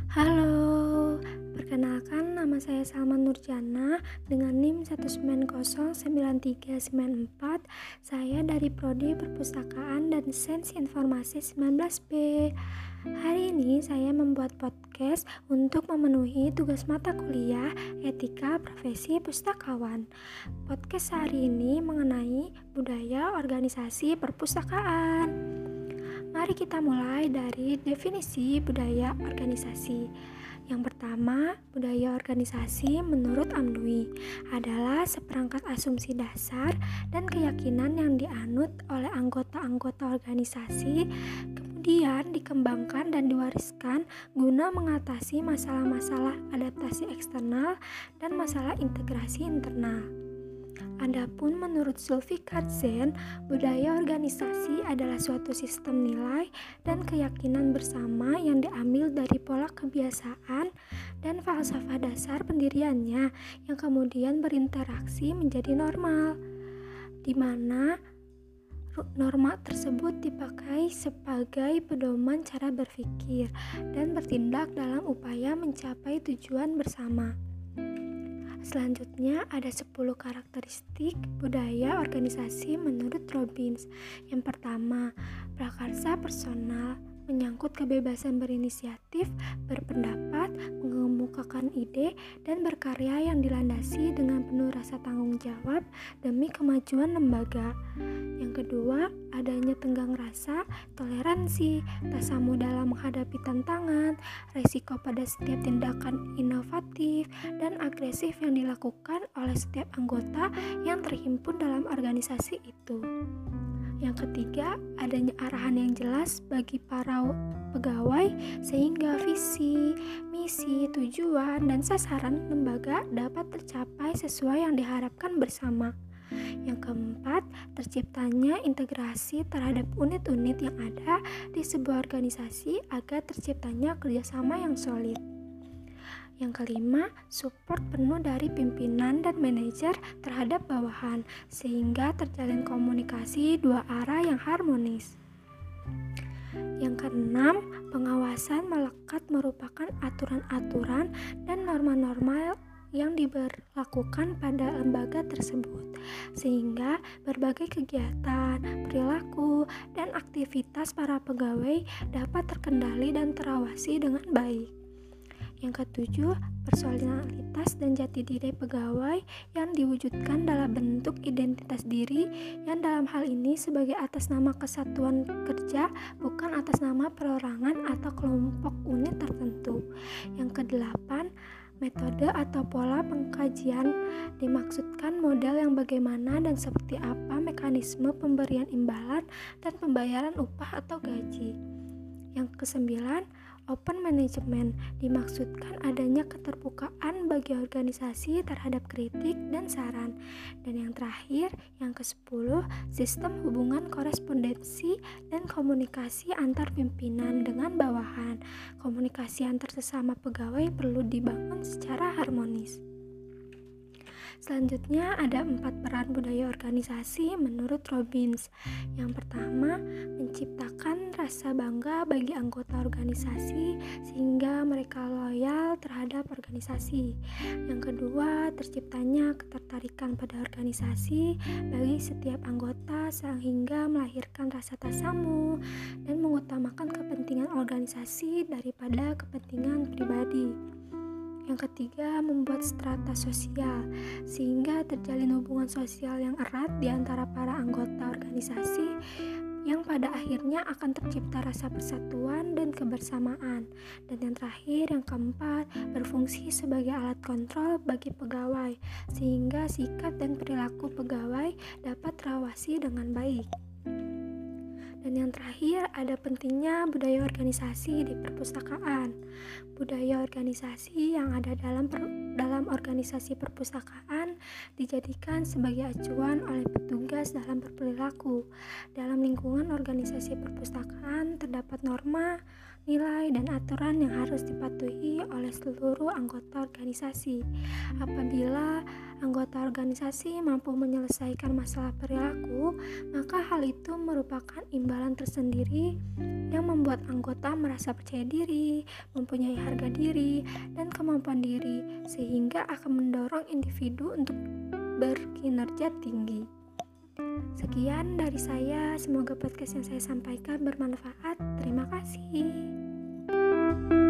Halo, perkenalkan nama saya Salma Nurjana dengan NIM 1909394. Saya dari Prodi Perpustakaan dan Sains Informasi 19B. Hari ini saya membuat podcast untuk memenuhi tugas mata kuliah Etika Profesi Pustakawan. Podcast hari ini mengenai budaya organisasi perpustakaan. Mari kita mulai dari definisi budaya organisasi. Yang pertama, budaya organisasi menurut Amnui adalah seperangkat asumsi dasar dan keyakinan yang dianut oleh anggota-anggota organisasi, kemudian dikembangkan dan diwariskan guna mengatasi masalah-masalah adaptasi eksternal dan masalah integrasi internal. Adapun menurut Zulfikar Zain, budaya organisasi adalah suatu sistem nilai dan keyakinan bersama yang diambil dari pola kebiasaan dan falsafah dasar pendiriannya yang kemudian berinteraksi menjadi normal, di mana norma tersebut dipakai sebagai pedoman cara berpikir dan bertindak dalam upaya mencapai tujuan bersama. Selanjutnya ada 10 karakteristik budaya organisasi menurut Robbins. Yang pertama, prakarsa personal, menyangkut kebebasan berinisiatif, berpendapat, mengemukakan ide, dan berkarya yang dilandasi dengan penuh rasa tanggung jawab demi kemajuan lembaga. Yang kedua, adanya tenggang rasa, toleransi, tasamu dalam menghadapi tantangan, resiko pada setiap tindakan inovatif dan agresif yang dilakukan oleh setiap anggota yang terhimpun dalam organisasi itu. Yang ketiga, adanya arahan yang jelas bagi para pegawai sehingga visi, misi, tujuan, dan sasaran lembaga dapat tercapai sesuai yang diharapkan bersama. Yang keempat, terciptanya integrasi terhadap unit-unit yang ada di sebuah organisasi agar terciptanya kerjasama yang solid. Yang kelima, support penuh dari pimpinan dan manajer terhadap bawahan sehingga terjalin komunikasi dua arah yang harmonis. Yang keenam, pengawasan melekat merupakan aturan-aturan dan norma-norma yang diberlakukan pada lembaga tersebut sehingga berbagai kegiatan, perilaku, dan aktivitas para pegawai dapat terkendali dan terawasi dengan baik. Yang ketujuh, personalitas dan jati diri pegawai yang diwujudkan dalam bentuk identitas diri yang dalam hal ini sebagai atas nama kesatuan kerja, bukan atas nama perorangan atau kelompok unit tertentu. Yang kedelapan, metode atau pola pengkajian dimaksudkan model yang bagaimana dan seperti apa mekanisme pemberian imbalan dan pembayaran upah atau gaji. Yang kesembilan, open management dimaksudkan adanya keterbukaan bagi organisasi terhadap kritik dan saran. Dan yang terakhir, yang ke-10, sistem hubungan korespondensi dan komunikasi antar pimpinan dengan bawahan. Komunikasi antar sesama pegawai perlu dibangun secara harmonis. Selanjutnya ada 4 peran budaya organisasi menurut Robbins. Yang pertama, menciptakan rasa bangga bagi anggota organisasi sehingga mereka loyal terhadap organisasi. Yang kedua, terciptanya ketertarikan pada organisasi bagi setiap anggota sehingga melahirkan rasa tasamu dan mengutamakan kepentingan organisasi daripada kepentingan pribadi. Yang ketiga, membuat strata sosial sehingga terjalin hubungan sosial yang erat di antara para anggota organisasi yang pada akhirnya akan tercipta rasa persatuan dan kebersamaan. Dan yang terakhir, yang keempat, berfungsi sebagai alat kontrol bagi pegawai sehingga sikap dan perilaku pegawai dapat terawasi dengan baik. Dan yang terakhir, ada pentingnya budaya organisasi di perpustakaan. Budaya organisasi yang ada dalam organisasi perpustakaan dijadikan sebagai acuan oleh petugas dalam berperilaku. Dalam lingkungan organisasi perpustakaan terdapat norma, nilai, dan aturan yang harus dipatuhi oleh seluruh anggota organisasi. Apabila anggota organisasi mampu menyelesaikan masalah perilaku, maka hal itu merupakan imbalan tersendiri yang membuat anggota merasa percaya diri, mempunyai harga diri, dan kemampuan diri, sehingga akan mendorong individu untuk berkinerja tinggi. Sekian dari saya, semoga podcast yang saya sampaikan bermanfaat. Terima kasih.